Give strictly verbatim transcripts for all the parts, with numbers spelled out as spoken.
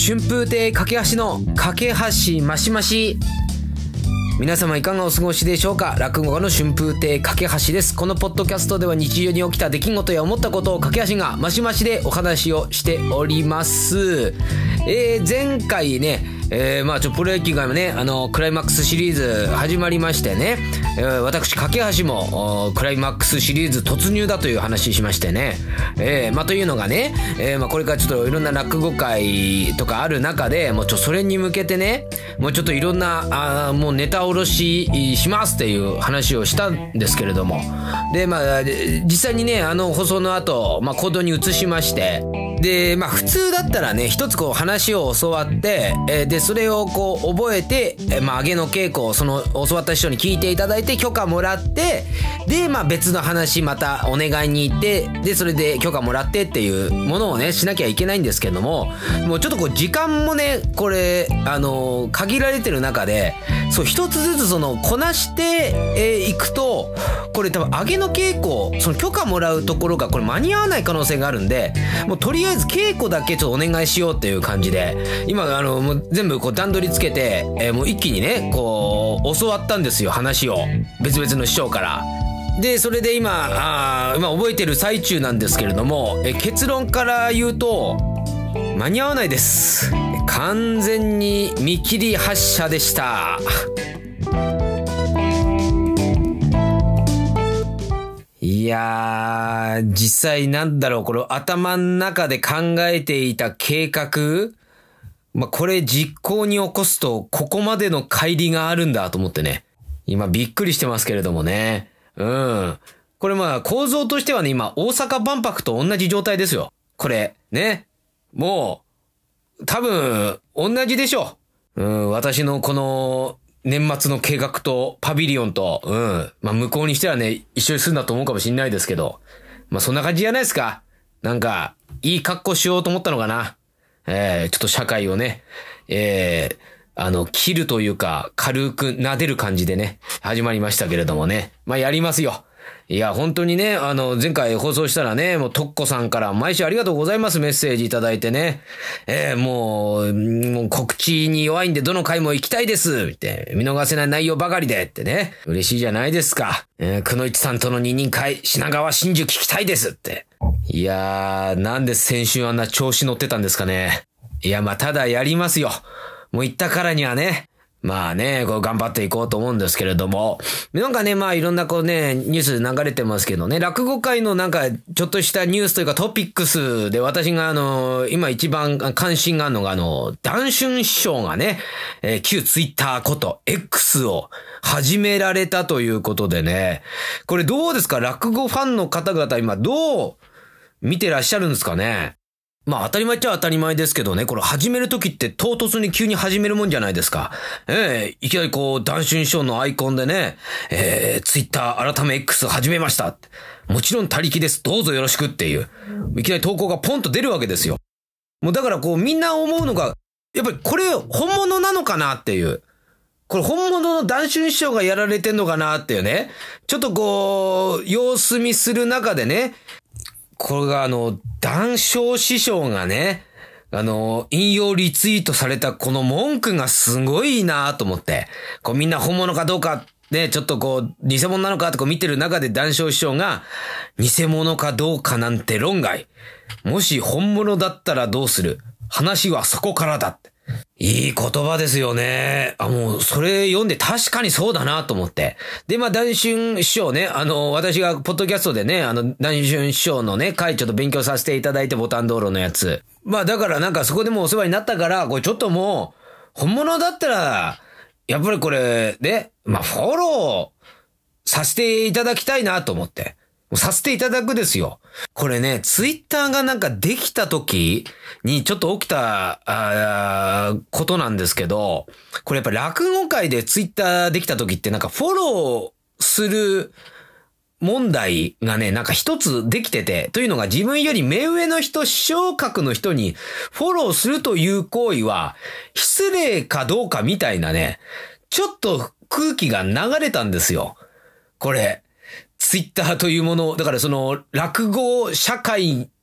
春風亭架橋の架橋マシマシ。皆様いかがお過ごしでしょうか。落語家の春風亭架橋です。このポッドキャストでは日常に起きた出来事や思ったことを架橋がマシマシでお話をしております。えー、前回ね、えー、まあちょプロ野球がね、あのクライマックスシリーズ始まりましてね、えー、私架橋もクライマックスシリーズ突入だという話しましてね、えー、まあというのがね、えー、まあこれからちょっといろんな落語会とかある中で、もうちょそれに向けてね、もうちょっといろんなあもうネタおろししますっていう話をしたんですけれども、でまあ実際にね、あの放送の後、まあ行動に移しまして、でまあ普通だったらね、一つこう話を教わって、えー、でそれをこう覚えて、えー、まあ上げの稽古をその教わった人に聞いていただいて許可もらって、でまあ別の話またお願いに行って、でそれで許可もらってっていうものをねしなきゃいけないんですけども、もうちょっとこう時間もねこれあのー、限られてる中で、そう一つずつそのこなしていくと、これ多分上げの稽古、その許可もらうところがこれ間に合わない可能性があるんで、もうとりあえず稽古だけちょっとお願いしようっていう感じで、今あのもう全部こう段取りつけて、えー、もう一気にねこう教わったんですよ、話を別々の師匠から。でそれで今あ今覚えてる最中なんですけれども、え結論から言うと間に合わないです。完全に見切り発車でした。いやー、実際なんだろう、これ頭の中で考えていた計画、まあ、これ実行に起こすとここまでの乖離があるんだと思ってね、今びっくりしてますけれどもね。うん。これまあ構造としてはね、今大阪万博と同じ状態ですよ。これね。もう多分同じでしょう。うん、私のこの年末の計画とパビリオンと、うん。まあ向こうにしてはね、一緒にするんだと思うかもしんないですけど。まあそんな感じじゃないですか。なんか、いい格好しようと思ったのかな。えー、ちょっと社会をね、えー、あの、切るというか、軽く撫でる感じでね、始まりましたけれどもね。まあやりますよ。いや、本当にね、あの、前回放送したらね、もう、とっこさんから毎週ありがとうございますメッセージいただいてね。えー、もう、もう告知に弱いんでどの回も行きたいですって、見逃せない内容ばかりでってね。嬉しいじゃないですか。えー、くのいちさんとの二人会、品川真珠聞きたいですって。いやー、なんで先週あんな調子乗ってたんですかね。いや、まあ、ただやりますよ。もう言ったからにはね。まあね、こう頑張っていこうと思うんですけれども。なんかね、まあいろんなこうね、ニュース流れてますけどね、落語界のなんかちょっとしたニュースというかトピックスで私があの、今一番関心があるのがあの、談春師匠がね、えー、旧ツイッターこと X を始められたということでね、これどうですか、落語ファンの方々今どう見てらっしゃるんですかね。まあ当たり前っちゃ当たり前ですけどね、これ始めるときって唐突に急に始めるもんじゃないですか。ええー、いきなりこう、談春師匠のアイコンでね、えー、ツイッター改め X 始めました。もちろん他力です。どうぞよろしくっていう。いきなり投稿がポンと出るわけですよ。もうだからこう、みんな思うのが、やっぱりこれ本物なのかなっていう。これ本物の談春師匠がやられてんのかなっていうね。ちょっとこう、様子見する中でね、これがあの、談笑師匠がね、あの、引用リツイートされたこの文句がすごいなと思って、こうみんな本物かどうか、ね、ちょっとこう、偽物なのかってこう見てる中で談笑師匠が、偽物かどうかなんて論外。もし本物だったらどうする？話はそこからだって。いい言葉ですよね。あ、もう、それ読んで確かにそうだなと思って。で、まあ、談春師匠ね、あの、私がポッドキャストでね、あの、談春師匠のね、回ちょっと勉強させていただいて、ボタン道路のやつ。まあ、だからなんかそこでもお世話になったから、これちょっともう、本物だったら、やっぱりこれ、ね、まあ、フォローさせていただきたいなと思って。させていただくですよ。これね、ツイッターがなんかできた時にちょっと起きたあことなんですけど、これやっぱ落語界でツイッターできた時ってなんかフォローする問題がね、なんか一つできてて、というのが自分より目上の人、師匠格の人にフォローするという行為は失礼かどうかみたいなね、ちょっと空気が流れたんですよ。これ。ツイッターというもの、だからその落語社会に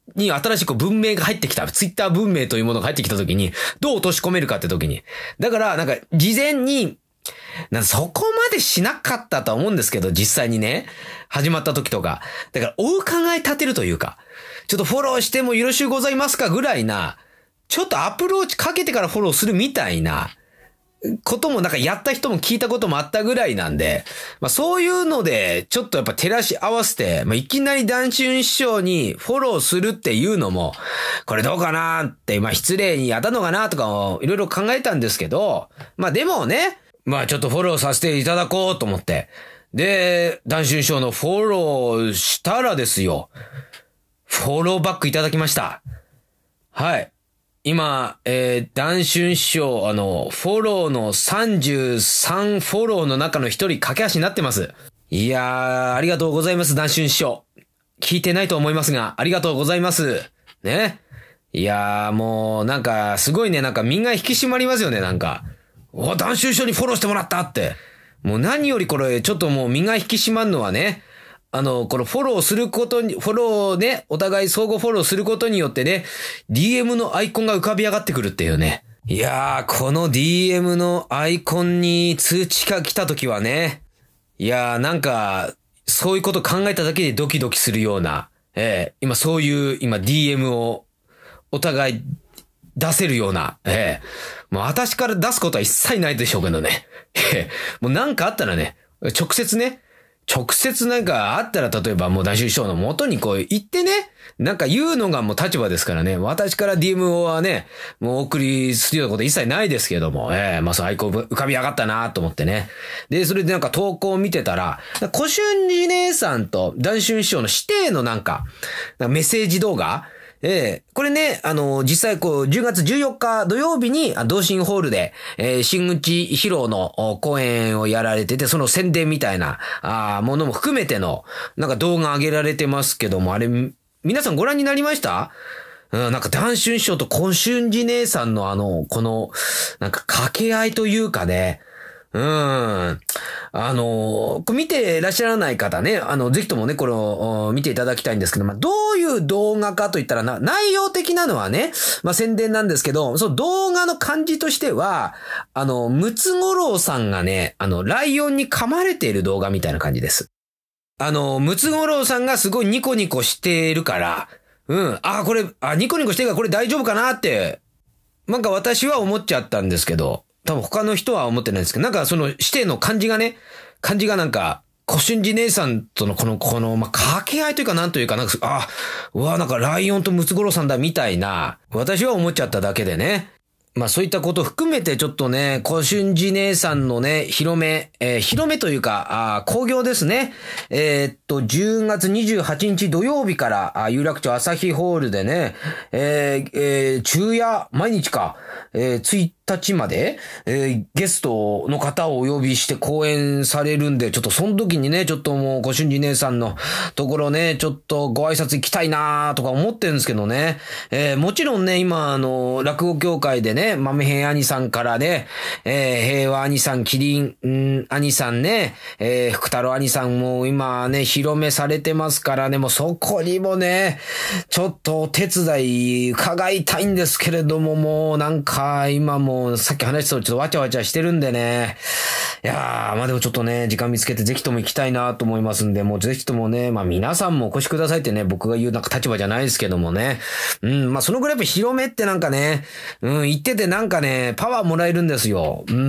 に新しく文明が入ってきた、ツイッター文明というものが入ってきた時に、どう落とし込めるかって時に。だから、なんか、事前に、なんかそこまでしなかったとは思うんですけど、実際にね、始まった時とか。だから、お伺い立てるというか、ちょっとフォローしてもよろしゅうございますかぐらいな、ちょっとアプローチかけてからフォローするみたいな、こともなんかやった人も聞いたこともあったぐらいなんで、まあそういうので、ちょっとやっぱ照らし合わせて、まあいきなり談春師匠にフォローするっていうのも、これどうかなって、まあ失礼に当たるのかなとかいろいろ考えたんですけど、まあでもね、まあちょっとフォローさせていただこうと思って。で、談春師匠のフォローしたらですよ、フォローバックいただきました。はい。今、えー、談春師匠、あの、フォローのさんじゅうさんフォローの中の一人駆け足になってます。いやー、ありがとうございます、談春師匠。聞いてないと思いますが、ありがとうございます。ね。いやー、もう、なんか、すごいね、なんか、身が引き締まりますよね、なんか。お、談春師匠にフォローしてもらったって。もう何よりこれ、ちょっともう身が引き締まるのはね、あの、このフォローすることに、フォローね、お互い相互フォローすることによってね、ディーエム のアイコンが浮かび上がってくるっていうね。いやー、この ディーエム のアイコンに通知が来た時はね、いやー、なんか、そういうこと考えただけでドキドキするような、えー、今そういう、今 ディーエム をお互い出せるような、えー、もう私から出すことは一切ないでしょうけどね。もうなんかあったらね、直接ね、直接なんかあったら例えばもう談春師匠の元にこう言ってね、なんか言うのがもう立場ですからね、私から ディーエム はね、もうお送りするようなこと一切ないですけども、ええー、まあそうアイコン浮かび上がったなと思ってね。で、それでなんか投稿を見てたら、小春寺姉さんと談春師匠の指定のなんか、メッセージ動画、ええー、これね、あの、実際こう、じゅうがつじゅうよっか土曜日に、同心ホールで、えー、新口披露の公演をやられてて、その宣伝みたいな、あものも含めての、なんか動画上げられてますけども、あれ、皆さんご覧になりました？うん、なんか談春師匠と小春寺姉さんのあの、この、なんか掛け合いというかね、うん。あの、これ見てらっしゃらない方ね、あの、ぜひともね、これを見ていただきたいんですけど、まあ、どういう動画かといったらな、内容的なのはね、まあ、宣伝なんですけど、その動画の感じとしては、あの、ムツゴロウさんがね、あの、ライオンに噛まれている動画みたいな感じです。あの、ムツゴロウさんがすごいニコニコしてるから、うん、あ、これ、あ、ニコニコしてるからこれ大丈夫かなって、なんか私は思っちゃったんですけど、多分他の人は思ってないんですけど、なんかその指定の感じがね、感じがなんか、小春寺姉さんとのこの、この、まあ、掛け合いというかなんというか、なんか、あ、うわ、なんかライオンとムツゴロウさんだみたいな、私は思っちゃっただけでね。まあそういったことを含めてちょっとね、小春寺姉さんのね、広め、えー、広めというか、あ興行ですね。えー、っと、じゅうがつにじゅうはちにち土曜日から、あ有楽町朝日ホールでね、えーえー、昼夜、毎日か、えー、ついたちまで、えー、ゲストの方をお呼びして講演されるんで、ちょっとその時にね、ちょっともう小春寺姉さんのところね、ちょっとご挨拶行きたいなーとか思ってるんですけどね。えー、もちろんね、今、あの、落語協会でね、豆平兄さんからね、えー、平和兄さん、キリン、ん兄さんね、えー、福太郎兄さんも今ね、広めされてますからね、もうそこにもね、ちょっとお手伝い伺いたいんですけれども、もうなんか今もうさっき話したとちょっとわちゃわちゃしてるんでね、いやー、まあでもちょっとね、時間見つけてぜひとも行きたいなと思いますんで、もうぜひともね、まあ皆さんもお越しくださいってね、僕が言うなんか立場じゃないですけどもね、うん、まあそのぐらいやっぱ広めってなんかね、うん、言っててなんかね、パワーもらえるんですよ。うん、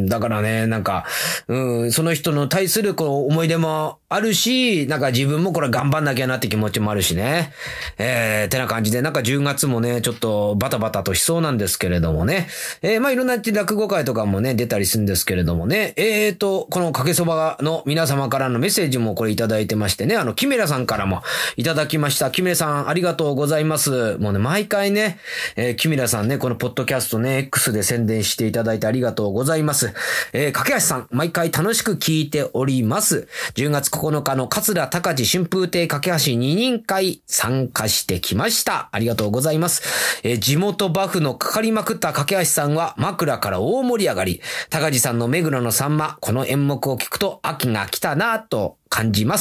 だからね、なんか、うん、その人の対するこう思い出もあるし、なんか自分もこれ頑張んなきゃなって気持ちもあるしね。えー、てな感じで、なんかじゅうがつもね、ちょっとバタバタとしそうなんですけれどもね。えー、まあいろんな落語会とかもね、出たりするんですけれどもね。えーと、このかけそばの皆様からのメッセージもこれいただいてましてね、あの、キメラさんからもいただきました。キメラさんありがとうございます。もうね、毎回ね、えー、キメラさんね、このポッドキャストね、X で宣伝していただいてありがとうございます。えー、かけはしさん、毎回楽しく聞いております。じゅうがつここのかの桂隆治春風亭かけはし二人会参加してきました。ありがとうございます。えー、地元バフのかかりまくったかけはしさんは枕から大盛り上がり、高治さんの目黒のさんま、この演目を聞くと秋が来たなぁと感じます。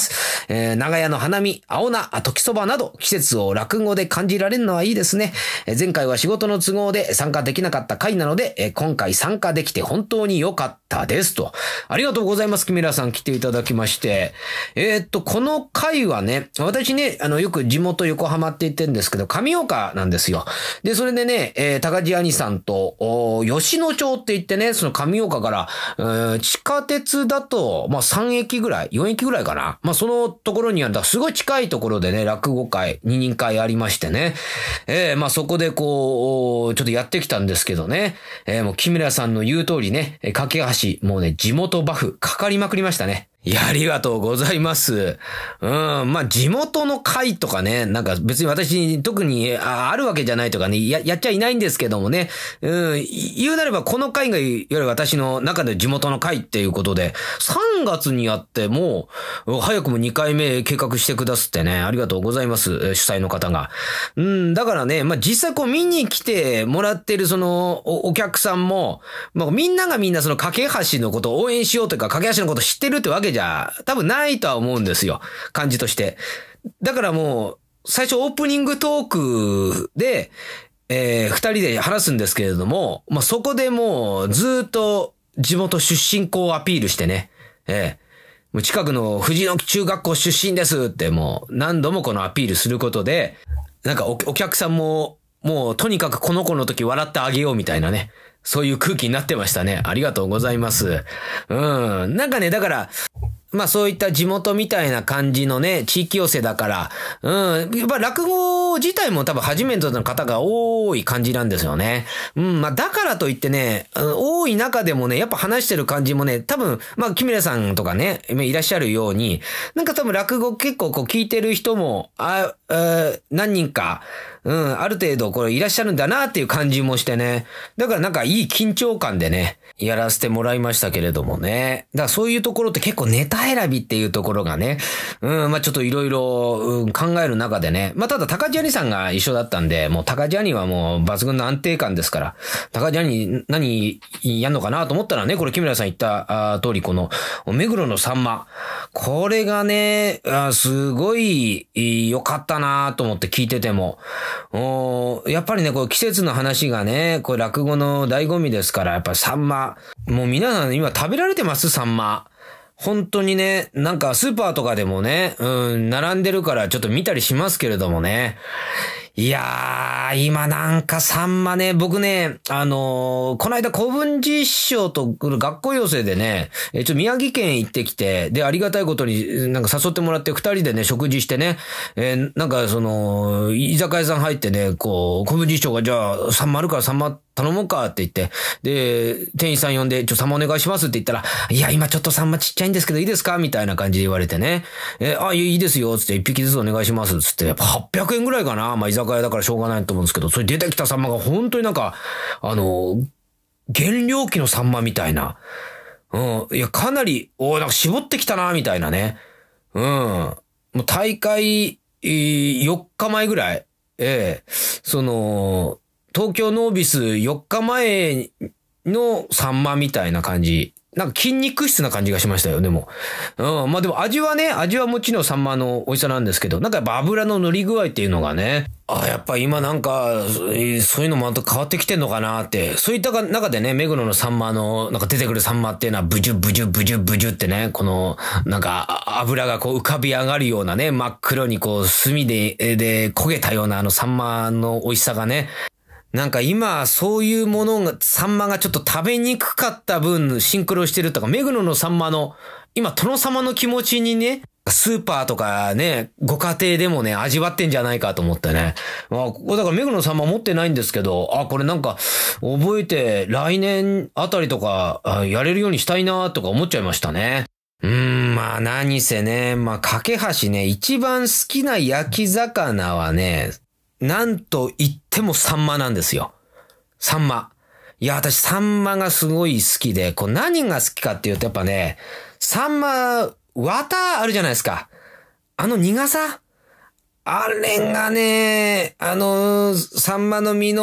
えー、長屋の花見、青菜、時そばなど季節を落語で感じられるのはいいですね。えー、前回は仕事の都合で参加できなかった回なので、えー、今回参加できて本当に良かったですと。ありがとうございます。木村さん来ていただきまして。えー、っと、この回はね、私ね、あの、よく地元横浜って言ってるんですけど、上岡なんですよ。で、それでね、えー、高地兄さんと、吉野町って言ってね、その上岡から、えー、地下鉄だと、まあ、さん駅ぐらい、よん駅ぐらいかな。まあ、そのところにあるんだ、すごい近いところでね、落語会、二人会ありましてね。えー、まあ、そこでこう、ちょっとやってきたんですけどね。えー、もう木村さんの言う通りね、架け橋、もうね、地元バフ、かかりまくりましたね。いや、ありがとうございます。うん、まあ、地元の会とかね、なんか別に私特に あ, あるわけじゃないとかね、や、やっちゃいないんですけどもね、うん、言うなればこの会がいわゆる私の中で地元の会っていうことで、さんがつにやってもう、早くもにかいめ計画してくださってね、ありがとうございます、主催の方が。うん、だからね、まあ、実際こう見に来てもらってるそのお、お客さんも、まあ、みんながみんなその架け橋のことを応援しようというか、架け橋のことを知ってるってわけじゃ多分ないとは思うんですよ。感じとして。だからもう、最初オープニングトークで、えー、二人で話すんですけれども、まあ、そこでもうずっと地元出身校をアピールしてね、えー、もう近くの藤野中学校出身ですってもう何度もこのアピールすることで、なんか お, お客さんももうとにかくこの子の時笑ってあげようみたいなね。そういう空気になってましたね。ありがとうございます。うん。なんかね、だから、まあそういった地元みたいな感じのね、地域寄せだから、うん、やっぱ落語自体も多分初めての方が多い感じなんですよね。うん、まあだからといってね、多い中でもね、やっぱ話してる感じもね、多分、まあ木村さんとかね、いらっしゃるように、なんか多分落語結構こう聞いてる人も、あ、あ何人か、うん、ある程度これいらっしゃるんだなっていう感じもしてね。だからなんかいい緊張感でね、やらせてもらいましたけれどもね。だからそういうところって結構ネタ選びっていうところがね、うん、まあちょっといろいろ考える中でね。まあただ高地兄さんが一緒だったんで、もう高地兄はもう抜群の安定感ですから、高地兄何やんのかなと思ったらね、これ木村さん言った通りこの目黒のサンマ。これがね、すごい良かったなと思って聞いてても。おやっぱりね、こう季節の話がね、こう落語の醍醐味ですから、やっぱサンマ。もう皆さん今食べられてますサンマ。本当にね、なんかスーパーとかでもね、うん、並んでるからちょっと見たりしますけれどもね。いやー、今なんかサンマね、僕ね、あのー、この間古文寺師匠と学校寄せでね、えちょっと宮城県行ってきて、で、ありがたいことになんか誘ってもらって二人でね、食事してね、えー、なんかその、居酒屋さん入ってね、こう、古文寺師匠がじゃあ、サンマあるからサンマ頼もうかって言って、で、店員さん呼んで、ちょ、サンマお願いしますって言ったら、いや、今ちょっとサンマちっちゃいんですけどいいですかみたいな感じで言われてね。え、あ、いいですよ、つって一匹ずつお願いします、つって、やっぱはっぴゃくえんぐらいかな。まあ、居酒屋だからしょうがないと思うんですけど、それ出てきたサンマが本当になんか、あの、原料期のサンマみたいな。うん。いや、かなり、おなんか絞ってきたな、みたいなね。うん。もう大会、よっかまえぐらい。ええ。その、東京ノービスよっかまえのサンマみたいな感じ。なんか筋肉質な感じがしましたよ、でも。うん。まあでも味はね、味はもちろんサンマの美味しさなんですけど、なんかやっぱ油の乗り具合っていうのがね、あ、やっぱ今なんか、そういうのもまた変わってきてんのかなって。そういった中でね、目黒のサンマの、なんか出てくるサンマっていうのはブジュブジュブジュブジュってね、この、なんか油がこう浮かび上がるようなね、真っ黒にこう炭で、で焦げたようなあのサンマの美味しさがね、なんか今、そういうものが、サンマがちょっと食べにくかった分、シンクロしてるとか、目黒のサンマの、今、殿様の気持ちにね、スーパーとかね、ご家庭でもね、味わってんじゃないかと思ってね。まあ、ここだから目黒のサンマ持ってないんですけど、あ、これなんか、覚えて、来年あたりとか、やれるようにしたいなとか思っちゃいましたね。うーん、まあ何せね、まあ、架け橋ね、一番好きな焼き魚はね、なんと言ってもサンマなんですよ。サンマ。いや、私サンマがすごい好きで、こう何が好きかっていうとやっぱね、サンマ、綿あるじゃないですか。あの苦さあれがね、あの、サンマの身の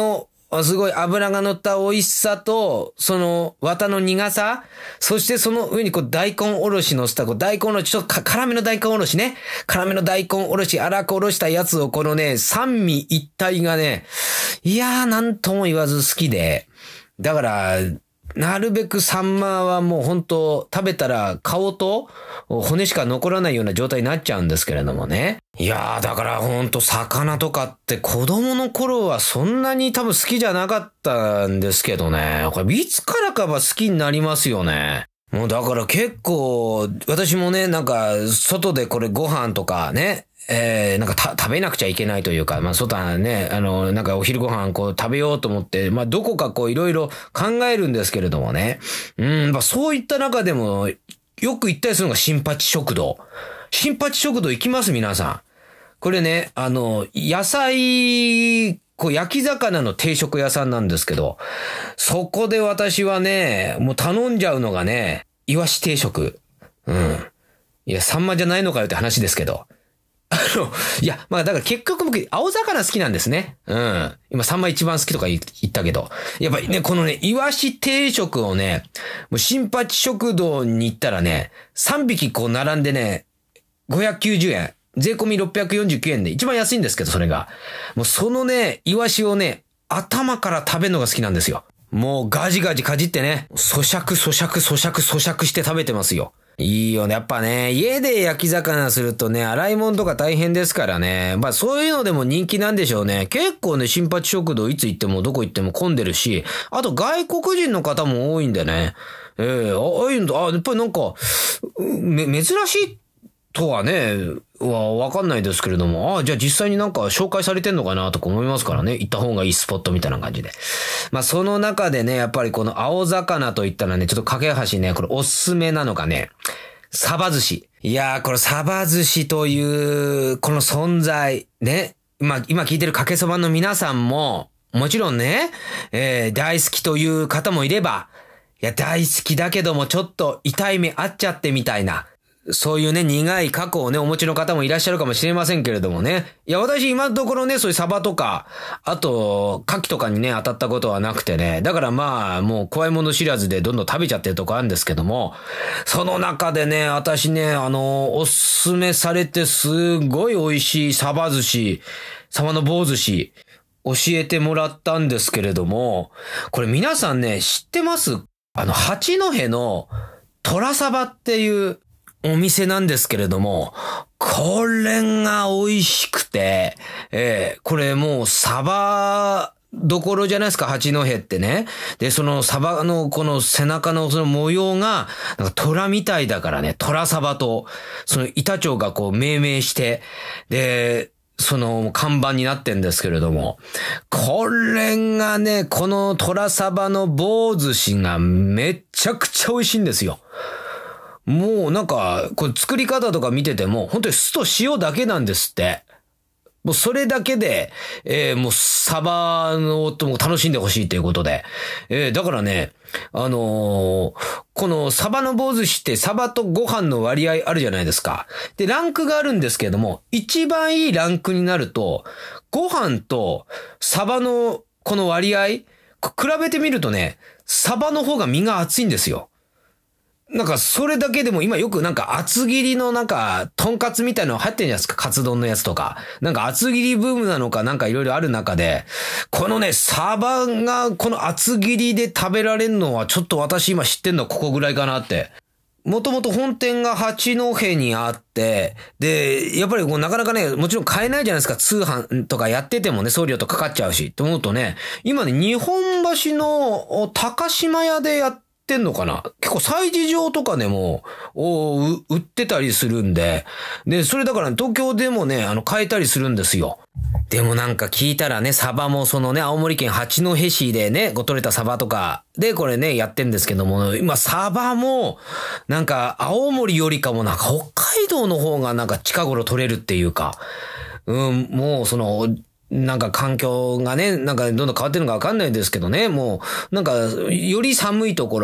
すごい脂が乗った美味しさと、その綿の苦さ、そしてその上にこう大根おろし乗せた、こう大根おろし、ちょっと辛めの大根おろしね。辛めの大根おろし、粗くおろしたやつをこのね、三味一体がね、いやーなんとも言わず好きで、だから、なるべくサンマはもう本当食べたら顔と骨しか残らないような状態になっちゃうんですけれどもね。いやーだから本当魚とかって子供の頃はそんなに多分好きじゃなかったんですけどね。これいつからかは好きになりますよね。もうだから結構私もねなんか外でこれご飯とかね。えー、なんかた食べなくちゃいけないというか、まあ、外はね、あの、なんかお昼ご飯こう食べようと思って、まあ、どこかこういろいろ考えるんですけれどもね。うん、まあ、そういった中でも、よく行ったりするのが新八食堂。新八食堂行きます皆さん。これね、あの、野菜、こう焼き魚の定食屋さんなんですけど、そこで私はね、もう頼んじゃうのがね、イワシ定食。うん。いや、サンマじゃないのかよって話ですけど。あの、いや、まあだから結局僕、青魚好きなんですね。うん。今、サンマ一番好きとか言ったけど。やっぱりね、このね、イワシ定食をね、もう新八食堂に行ったらね、さんびきこう並んでね、ごひゃくきゅうじゅうえん。税込みろっぴゃくよんじゅうきゅうえんで、一番安いんですけど、それが。もうそのね、イワシをね、頭から食べるのが好きなんですよ。もうガジガジかじってね、咀嚼咀嚼咀嚼咀嚼して食べてますよ。いいよね。やっぱね、家で焼き魚するとね、洗い物とか大変ですからね。まあそういうのでも人気なんでしょうね。結構ね、新八食堂いつ行ってもどこ行っても混んでるし、あと外国人の方も多いんでね。ええー、ああいうの、あ、やっぱりなんか、め、珍しいとはね、はわかんないですけれども、ああ、じゃあ実際になんか紹介されてんのかなとか思いますからね。行った方がいいスポットみたいな感じで。まあその中でね、やっぱりこの青魚といったらね、ちょっと架け橋ね、これおすすめなのがね、サバ寿司。いやー、これサバ寿司という、この存在、ね。まあ今聞いてるかけそばの皆さんも、もちろんね、えー、大好きという方もいれば、いや、大好きだけどもちょっと痛い目あっちゃってみたいな。そういうね、苦い過去をね、お持ちの方もいらっしゃるかもしれませんけれどもね。いや、私今のところね、そういうサバとか、あと、牡蠣とかにね、当たったことはなくてね。だからまあ、もう怖いもの知らずでどんどん食べちゃってるとこあるんですけども、その中でね、私ね、あの、おすすめされてすごい美味しいサバ寿司、サバの棒寿司、教えてもらったんですけれども、これ皆さんね、知ってます？あの、八戸の虎サバっていう、お店なんですけれども、これが美味しくて、えー、これもうサバどころじゃないですか、八戸ってね。で、そのサバのこの背中のその模様が、なんか虎みたいだからね、虎サバと、その板長がこう命名して、で、その看板になってんですけれども、これがね、この虎サバの棒寿司がめちゃくちゃ美味しいんですよ。もうなんか、これ作り方とか見てても、本当に酢と塩だけなんですって。もうそれだけで、えー、もうサバのとも楽しんでほしいということで。えー、だからね、あのー、このサバの棒寿司ってサバとご飯の割合あるじゃないですか。で、ランクがあるんですけれども、一番いいランクになると、ご飯とサバのこの割合、比べてみるとね、サバの方が身が厚いんですよ。なんか、それだけでも今よくなんか厚切りのなんか、とんかつみたいなの入ってるじゃないですか。カツ丼のやつとか。なんか厚切りブームなのかなんかいろいろある中で、このね、サバがこの厚切りで食べられるのはちょっと私今知ってんのはここぐらいかなって。もともと本店が八戸にあって、で、やっぱりこうなかなかね、もちろん買えないじゃないですか。通販とかやっててもね、送料とかかっちゃうし。って思うとね、今ね、日本橋の高島屋でやって、ってんのかな結構催事場とかでも売ってたりするんで、で、それだから東京でもね、あの、買えたりするんですよ。でもなんか聞いたらね、サバもそのね、青森県八戸市でね、ご取れたサバとかでこれね、やってんですけども、今サバも、なんか青森よりかもなんか北海道の方がなんか近頃取れるっていうか、うん、もうその、なんか環境がね、なんかどんどん変わってるのかわかんないんですけどね、もう、なんか、より寒いところ、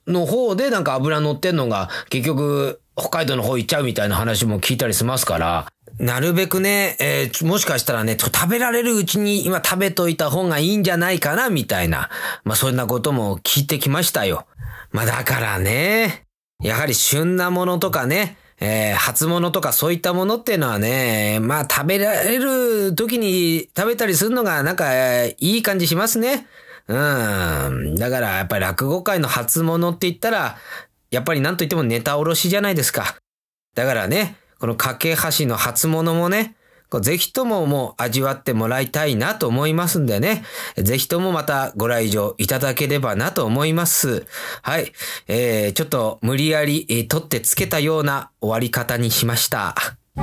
の方でなんか脂乗ってんのが結局北海道の方行っちゃうみたいな話も聞いたりしますから、なるべくね、えー、もしかしたらね、食べられるうちに今食べといた方がいいんじゃないかなみたいな、まあそんなことも聞いてきましたよ。まあだからね、やはり旬なものとかね、えー、初物とかそういったものっていうのはね、まあ食べられる時に食べたりするのがなんかいい感じしますね。うん。だからやっぱり落語界の初物って言ったら、やっぱりなんと言ってもネタおろしじゃないですか。だからね、この架け橋の初物もね、ぜひとももう味わってもらいたいなと思いますんでね。ぜひともまたご来場いただければなと思います。はい。えー、ちょっと無理やり、えー、取ってつけたような終わり方にしました。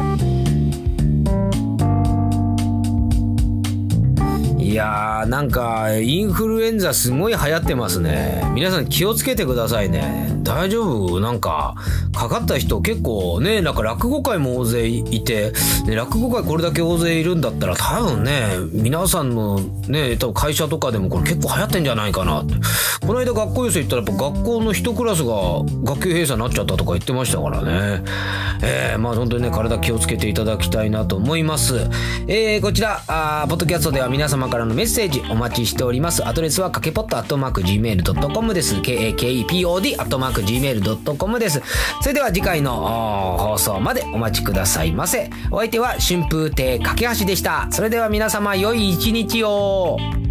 いやーなんかインフルエンザすごい流行ってますね。皆さん気をつけてくださいね。大丈夫？なんかかかった人結構ね、なんか落語会も大勢いて、ね、落語会これだけ大勢いるんだったら多分ね、皆さんのね、多分会社とかでもこれ結構流行ってんじゃないかなって。この間学校寄せ行ったらやっぱ学校の一クラスが学級閉鎖になっちゃったとか言ってましたからね。えー、まあ本当にね、体気をつけていただきたいなと思います。えー、こちらあポッドキャストでは皆様からのメッセージお待ちしております。アドレスはかけぽっとアットマーク ジーメールドットコム です。ケーエーケーイーピーオーディー アットマーク ジーメールドットコム です。それでは次回の放送までお待ちくださいませ。お相手は春風亭架橋でした。それでは皆様良い一日を。